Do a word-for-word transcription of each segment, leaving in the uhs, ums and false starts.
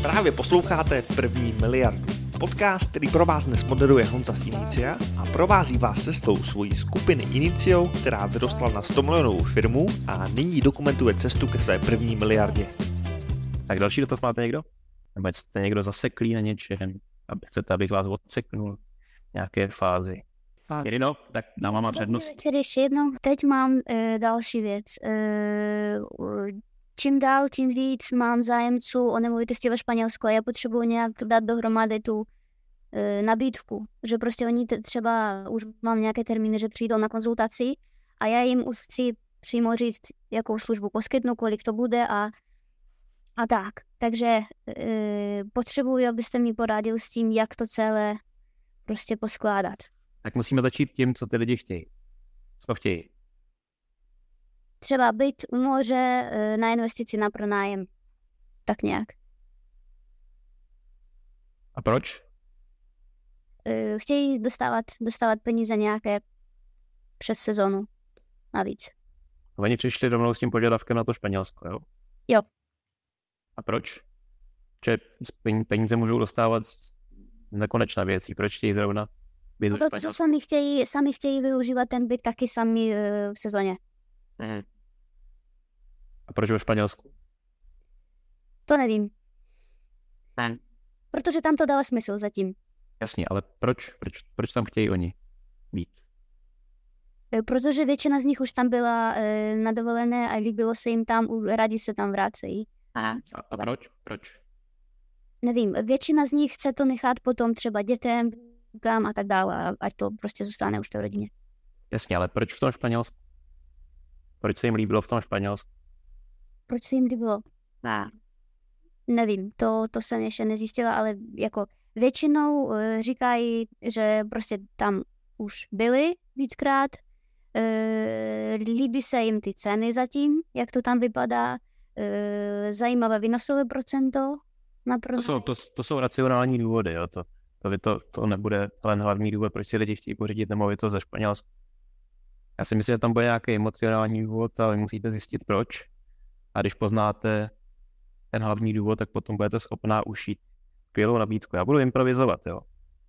Právě posloucháte První miliardu. Podcast, který pro vás dnes moderuje Honza z Inicia a provází vás cestou svojí skupiny Inicio, která vyrostla na sto milionovou firmu a nyní dokumentuje cestu ke své první miliardě. Tak další dotaz máte někdo? Nebo jste někdo zaseklý na něčem? Aby chcete, abych vás odseknul v nějaké fázi? Jirino, tak dám vám přednost. Večer ještě jednou. Teď mám e, další věc. E, čím dál, tím víc mám zájemců o nemovitosti ve Španělsku a já potřebuji nějak dát dohromady tu e, nabídku. Že prostě oni t- třeba už mám nějaké termíny, že přijdou na konzultaci a já jim už chci přímo říct, jakou službu poskytnu, kolik to bude a, a tak. Takže e, potřebuji, abyste mi poradil s tím, jak to celé prostě poskládat. Tak musíme začít tím, co ty lidi chtějí. Co chtějí? Třeba byt u moře na investici na pronájem. Tak nějak. A proč? Chtějí dostávat, dostávat peníze nějaké přes sezonu navíc. Oni přišli domů s tím požadavkem na to Španělsko, jo? Jo. A proč? Že peníze můžou dostávat z nekonečná věcí. Proč chtějí zrovna byt u Španělska? Protože sami chtějí, sami chtějí využívat ten byt taky sami uh, v sezóně. Mhm. A proč ve Španělsku? To nevím. Ne. Protože tam to dává smysl zatím. Jasně, ale proč? Proč, proč tam chtějí oni být? Protože většina z nich už tam byla uh, na dovolené a líbilo se jim tam, rádi se tam vracejí. A, a proč? Proč? Nevím, většina z nich chce to nechat potom třeba dětem, kam a tak dále, ať to prostě zůstane už v té rodině. Jasně, ale proč v tom Španělsku? Proč se jim líbilo v tom Španělsku? Proč se jim líbilo? Ne. Nevím, to, to jsem ještě nezjistila, ale jako většinou uh, říkají, že prostě tam už byli víckrát, uh, líbí se jim ty ceny zatím, jak to tam vypadá, uh, zajímavé výnosové procento. To jsou, to, to jsou racionální důvody, jo. To, to, to, to nebude ten hlavní důvod, proč si lidi chtějí pořídit nemovitost ze Španělska. Já si myslím, že tam bude nějaký emocionální důvod, ale musíte zjistit proč. A když poznáte ten hlavní důvod, tak potom budete schopná ušít skvělou nabídku. Já budu improvizovat, jo.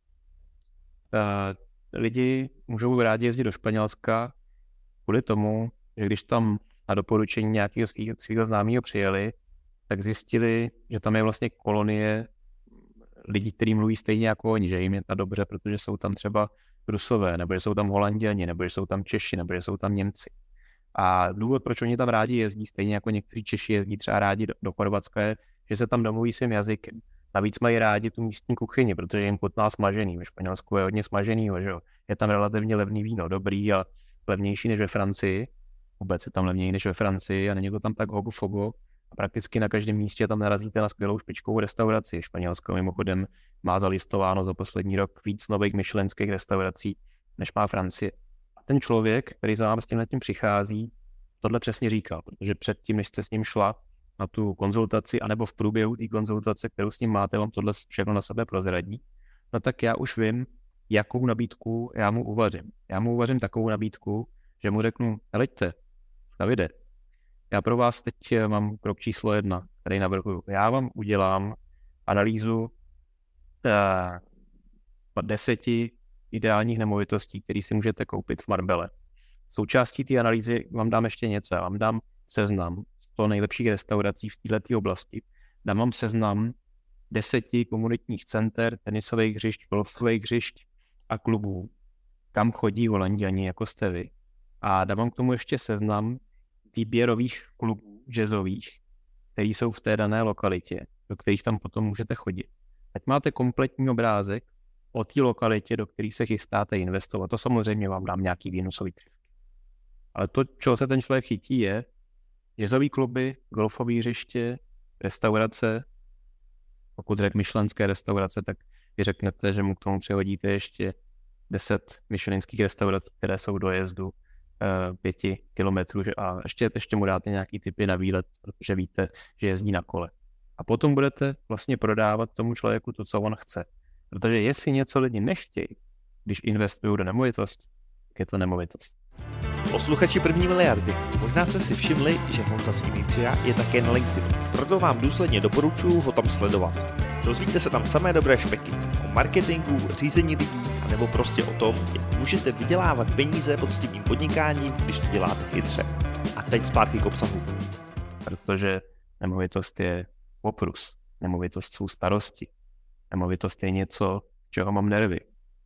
Uh, lidi můžou rádi jezdit do Španělska kvůli tomu, že když tam na doporučení nějakého svého, svého známého přijeli, tak zjistili, že tam je vlastně kolonie lidí, kteří mluví stejně jako oni, že jim je to dobře, protože jsou tam třeba Rusové, nebo že jsou tam Holanděni, nebo že jsou tam Češi, nebo že jsou tam Němci. A důvod, proč oni tam rádi jezdí, stejně jako někteří Češi jezdí třeba rádi do, do Chorvatska, je, že se tam domluví svým jazykem. Navíc mají rádi tu místní kuchyni, protože jim chutná smažený. Ve Španělsku je hodně smaženýho, že jo. Je tam relativně levný víno, dobrý a levnější než ve Francii. Vůbec je tam levnější než ve Francii a není to tam tak hogu fogo. A prakticky na každém místě tam narazíte na skvělou špičkovou restauraci. Španělsko mimochodem má zalistováno za poslední rok víc nových michelinských restaurací, než má Francie. A ten člověk, který za vám s tímhletím přichází, tohle přesně říkal, protože předtím, než jste s ním šla na tu konzultaci, anebo v průběhu té konzultace, kterou s ním máte, vám tohle všechno na sebe prozradí, no tak já už vím, jakou nabídku já mu uvařím. Já mu uvařím takovou nabídku, že mu řeknu, heleďte, Davide, já pro vás teď mám krok číslo jedna, který navrhuju. Já vám udělám analýzu uh, deseti ideálních nemovitostí, které si můžete koupit v Marbelle. Součástí té analýzy vám dám ještě něco. Já vám dám seznam toho nejlepších restaurací v této oblasti. Dám vám seznam deseti komunitních center, tenisových hřišť, golfových hřišť a klubů, kam chodí Holanděni, jako jste vy. A dám vám k tomu ještě seznam výběrových klubů jazzových, které jsou v té dané lokalitě, do kterých tam potom můžete chodit. Ať máte kompletní obrázek o té lokalitě, do kterých se chystáte investovat. To samozřejmě vám dám nějaký výnosový křivky. Ale to, čeho se ten člověk chytí, je jazzový kluby, golfové hřiště, restaurace. Pokud řekl michelinské restaurace, tak vy řeknete, že mu k tomu přihodíte ještě deset michelinských restaurací, které jsou do jezdu pěti kilometrů a ještě, ještě mu dáte nějaký tipy na výlet, protože víte, že jezdí na kole. A potom budete vlastně prodávat tomu člověku to, co on chce. Protože jestli něco lidi nechtějí, když investují do nemovitosti, tak je to nemovitost. Posluchači první miliardy, možná jste si všimli, že Honza z Inicia je také na LinkedInu, proto vám důsledně doporučuji ho tam sledovat. Dozvíte se tam samé dobré špeky o marketingu, řízení lidí, anebo prostě o tom, jak můžete vydělávat peníze poctivým podnikáním, když to děláte chytře. A teď zpátky k obsahu. Protože nemovitost je oprus, nemovitost jsou starosti, nemovitost je něco, z čeho mám nervy.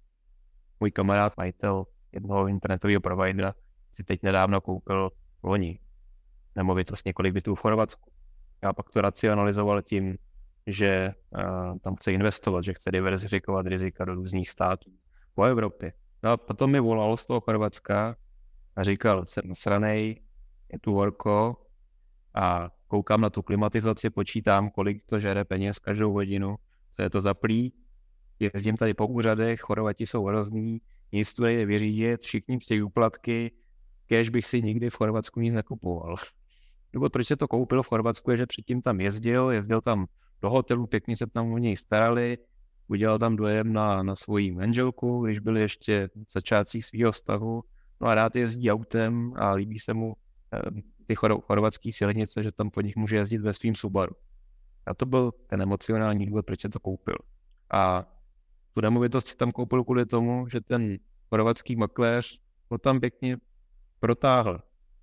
Můj kamarád, majitel jednoho internetového providera, si teď nedávno koupil loni nemovitost několik bytů v Chorvatsku. Já pak to racionalizoval tím, že uh, tam chce investovat, že chce diverzifikovat rizika do různých států po Evropě. No a potom mi volal z toho Chorvatska a říkal, jsem nasranej, je tu horko a koukám na tu klimatizaci, počítám, kolik to žere peněz každou hodinu, co je to za plí. Jezdím tady po úřadech, Chorvati jsou hrozný, nic tu nejde vyřídit, všichni chtějí úplatky, kéž bych si nikdy v Chorvatsku nic nekupoval. Důvod, proč se to koupil v Chorvatsku, je, že předtím tam jezdil, jezdil tam do hotelu, pěkně se tam o něj starali, udělal tam dojem na, na svoji manželku, když byli ještě v začátcích svého vztahu, no a rád jezdí autem a líbí se mu eh, ty chor- chorvatský silnice, že tam po nich může jezdit ve svým Subaru. A to byl ten emocionální důvod, proč se to koupil. A tu nemovitost si tam koupil kvůli tomu, že ten chorvatský makléř ho tam pěkně protáhl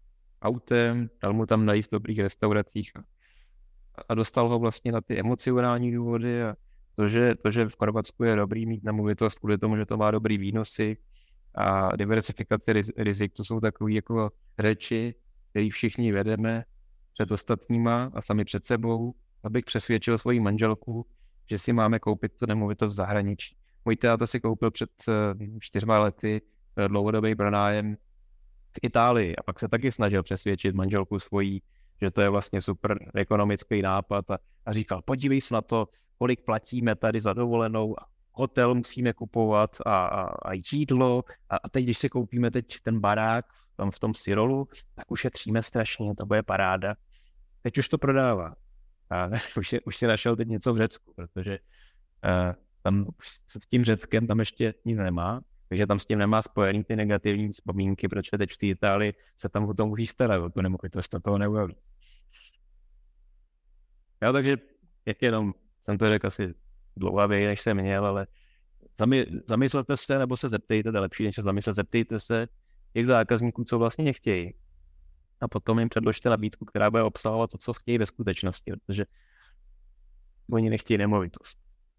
autem, dal mu tam najíst v dobrých restauracích a, a dostal ho vlastně na ty emocionální důvody a to že, to, že v Chorvatsku je dobrý mít nemovitost kvůli tomu, že to má dobrý výnosy a diversifikace rizik, to jsou takové jako řeči, které všichni vedeme před ostatníma a sami před sebou, abych přesvědčil svoji manželku, že si máme koupit tu nemovitost v zahraničí. Můj táta si koupil před čtyřma lety dlouhodobý pronájem v Itálii a pak se taky snažil přesvědčit manželku svojí, že to je vlastně super ekonomický nápad a, a říkal, podívej se na to, kolik platíme tady za dovolenou a hotel musíme kupovat a, a, a jídlo a, a teď, když si koupíme teď ten barák tam v tom Sirolu, tak ušetříme strašně, to bude paráda. Teď už to prodává. A už, je, už si našel teď něco v Řecku, protože uh, tam s tím Řeckem tam ještě nic nemá, takže tam s tím nemá spojený ty negativní vzpomínky, protože teď v té Itálii se tam o tom musí starat, to nemovitost, to toho neujaví. Jo, takže jak jenom jsem to řekl asi dlouhavěji, než jsem měl, ale zamy, zamyslete se, nebo se zeptejte, to je lepší, než se zamyslet, zeptejte se těch zákazníků, co vlastně nechtějí. A potom jim předložte nabídku, která bude obsahovat to, co chtějí ve skutečnosti, protože oni nechtějí nemovitost.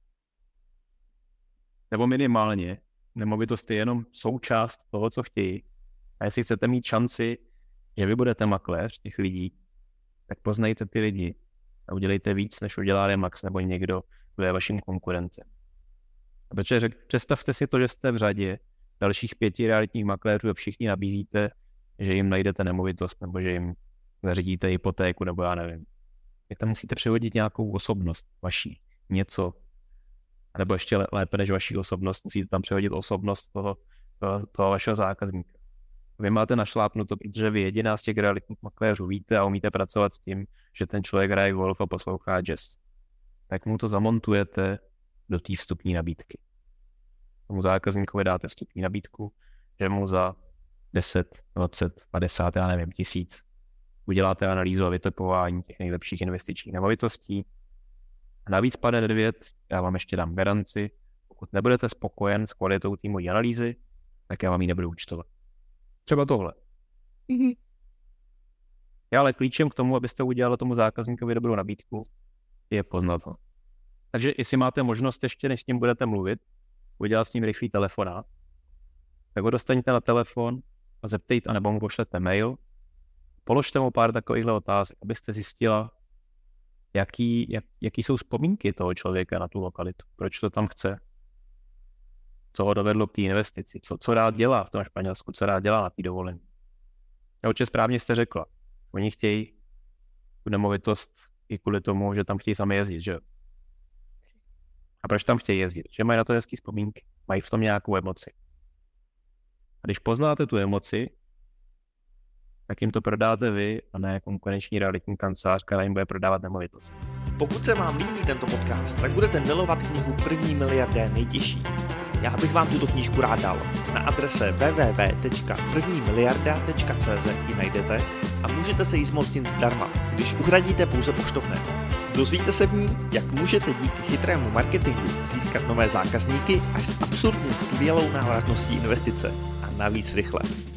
Nebo minimálně, nemovitost je jenom součást toho, co chtějí. A jestli chcete mít šanci, že vy budete makléř těch lidí, tak poznejte ty lidi a udělejte víc, než udělá Remax nebo někdo, kdo je vaším konkurentem. A protože řek, představte si to, že jste v řadě dalších pěti realitních makléřů a všichni nabízíte, že jim najdete nemovitost nebo že jim zařídíte hypotéku nebo já nevím. Vy tam musíte přehodit nějakou osobnost vaší, něco, nebo ještě lépe než vaší osobnost, musíte tam přehodit osobnost toho, toho, toho vašeho zákazníka. Vy máte našlápnuto, protože vy jediná z těch realitních makléřů víte a umíte pracovat s tím, že ten člověk hraje golf a poslouchá jazz. Tak mu to zamontujete do té vstupní nabídky. Tomu zákazníkovi dáte vstupní nabídku, že mu za deset, dvacet, padesát, já nevím, tisíc uděláte analýzu a vytipování těch nejlepších investičních nemovitostí. A navíc, pane Nedvěd, já vám ještě dám garanci, pokud nebudete spokojen s kvalitou té mojí analýzy, tak já vám ji nebudu účtovat. Třeba tohle. Mm-hmm. Já ale klíčem k tomu, abyste udělali tomu zákazníkovi dobrou nabídku, je poznat ho. Takže jestli máte možnost ještě, než s ním budete mluvit, udělat s ním rychlý telefonát, tak ho dostaňte na telefon a zeptejte, anebo mu pošlete mail, položte mu pár takovýchhle otázek, abyste zjistila, jaký, jak, jaký jsou vzpomínky toho člověka na tu lokalitu, proč to tam chce, co ho dovedlo k té investici, co, co rád dělá v tom Španělsku, co rád dělá na té dovolení. A určitě správně jste řekla, oni chtějí tu nemovitost i kvůli tomu, že tam chtějí sami jezdit, že jo? A proč tam chtějí jezdit? Že mají na to hezký vzpomínky, mají v tom nějakou emoci. A když poznáte tu emoci, tak jim to prodáte vy a ne konkurenční realitní kancelář, která jim bude prodávat nemovitost. Pokud se vám líbí tento podcast, tak budete milovat knihu První miliardér nejtěžší. Já bych vám tuto knížku rád dal. Na adrese w w w tečka první miliarda tečka c z ji najdete a můžete se jí zmocnit zdarma, když uhradíte pouze poštovné. Dozvíte se v ní, jak můžete díky chytrému marketingu získat nové zákazníky až s absurdně skvělou návratností investice a navíc rychle.